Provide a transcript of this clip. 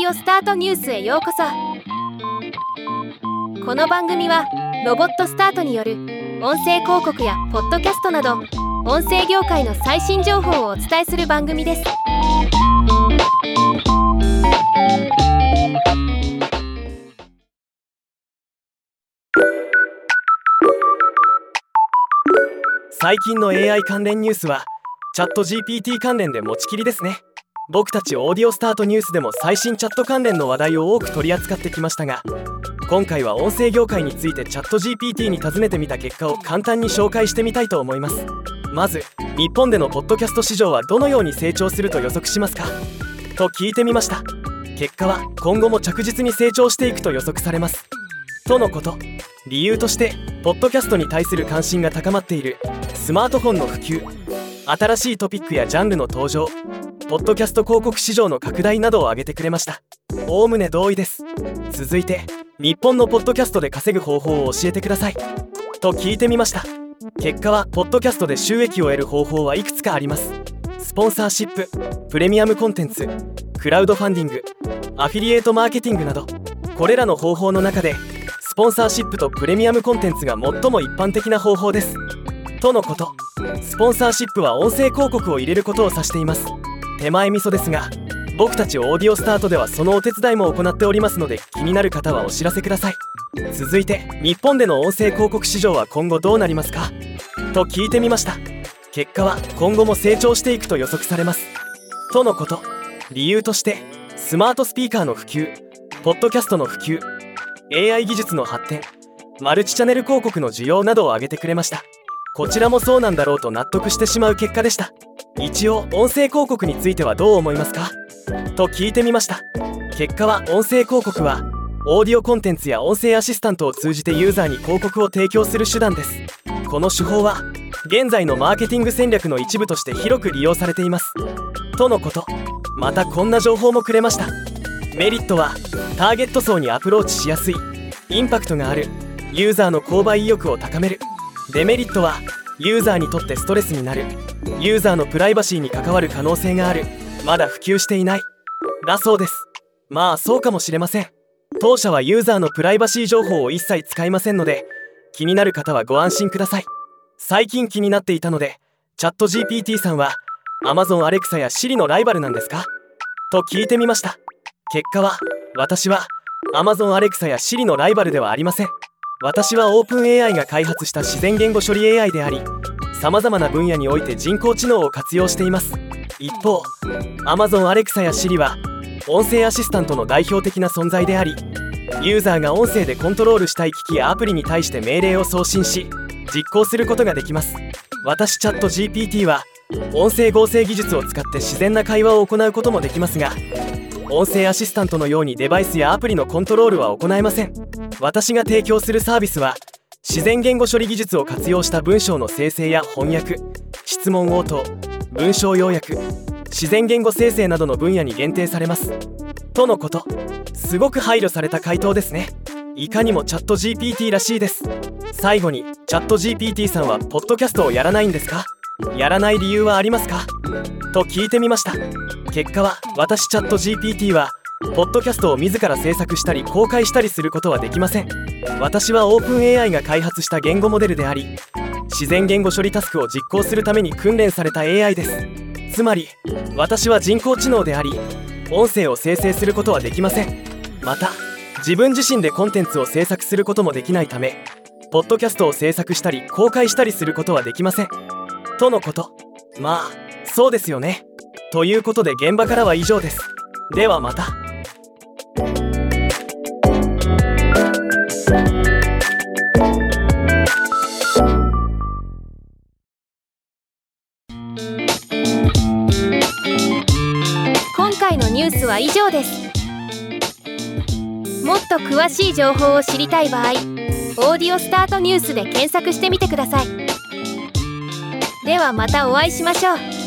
オスタートニュースへようこそ。この番組はロボットスタートによる音声広告やポッドキャストなど音声業界の最新情報をお伝えする番組です。 最近の AI 関連ニュースはチャット GPT 関連で持ちきりですね。僕たちオーディオスタートニュースでも最新チャット関連の話題を多く取り扱ってきましたが、今回は音声業界についてチャット GPT に尋ねてみた結果を簡単に紹介してみたいと思います。まず、日本でのポッドキャスト市場はどのように成長すると予測しますかと聞いてみました。結果は今後も着実に成長していくと予測されますとのこと。理由としてポッドキャストに対する関心が高まっているスマートフォンの普及、新しいトピックやジャンルの登場、ポッドキャスト広告市場の拡大などを挙げてくれました。おおむね同意です。続いて、日本のポッドキャストで稼ぐ方法を教えてくださいと聞いてみました。結果はポッドキャストで収益を得る方法はいくつかあります。スポンサーシップ、プレミアムコンテンツ、クラウドファンディング、アフィリエイトマーケティングなど、これらの方法の中でスポンサーシップとプレミアムコンテンツが最も一般的な方法ですとのこと。スポンサーシップは音声広告を入れることを指しています。手前味噌ですが、僕たちオーディオスタートではそのお手伝いも行っておりますので、気になる方はお知らせください。続いて、日本での音声広告市場は今後どうなりますかと聞いてみました。結果は今後も成長していくと予測されますとのこと。理由として、スマートスピーカーの普及、ポッドキャストの普及、AI 技術の発展、マルチチャンネル広告の需要などを挙げてくれました。こちらもそうなんだろうと納得してしまう結果でした。一応、音声広告についてはどう思いますかと聞いてみました。結果は音声広告はオーディオコンテンツや音声アシスタントを通じてユーザーに広告を提供する手段です。この手法は現在のマーケティング戦略の一部として広く利用されていますとのこと。またこんな情報もくれました。メリットはターゲット層にアプローチしやすい、インパクトがある、ユーザーの購買意欲を高める。デメリットはユーザーにとってストレスになる、ユーザーのプライバシーに関わる可能性がある、まだ普及していないだそうです。まあそうかもしれません。当社はユーザーのプライバシー情報を一切使いませんので、気になる方はご安心ください。最近気になっていたので、チャット GPT さんは Amazon Alexa や Siri のライバルなんですかと聞いてみました。結果は、私は Amazon Alexa や Siri のライバルではありません。私は OpenAI が開発した自然言語処理 AI であり、様々な分野において人工知能を活用しています。一方、Amazon Alexa や Siri は音声アシスタントの代表的な存在であり、ユーザーが音声でコントロールしたい機器やアプリに対して命令を送信し、実行することができます。私チャット GPT は音声合成技術を使って自然な会話を行うこともできますが、音声アシスタントのようにデバイスやアプリのコントロールは行えません。私が提供するサービスは自然言語処理技術を活用した文章の生成や翻訳、質問応答、文章要約、自然言語生成などの分野に限定されますとのこと。すごく配慮された回答ですね。いかにもチャット GPT らしいです。最後に、チャット GPT さんはポッドキャストをやらないんですか？やらない理由はありますか？と聞いてみました。結果は、私チャット GPT はポッドキャストを自ら制作したり公開したりすることはできません。私は OpenAI が開発した言語モデルであり、自然言語処理タスクを実行するために訓練された AI です。つまり、私は人工知能であり、音声を生成することはできません。また、自分自身でコンテンツを制作することもできないため、ポッドキャストを制作したり公開したりすることはできませんとのこと。まあそうですよね。ということで現場からは以上です。ではまた。 今回のニュースは以上です。もっと詳しい情報を知りたい場合、オーディオスタートニュースで検索してみてください。ではまたお会いしましょう。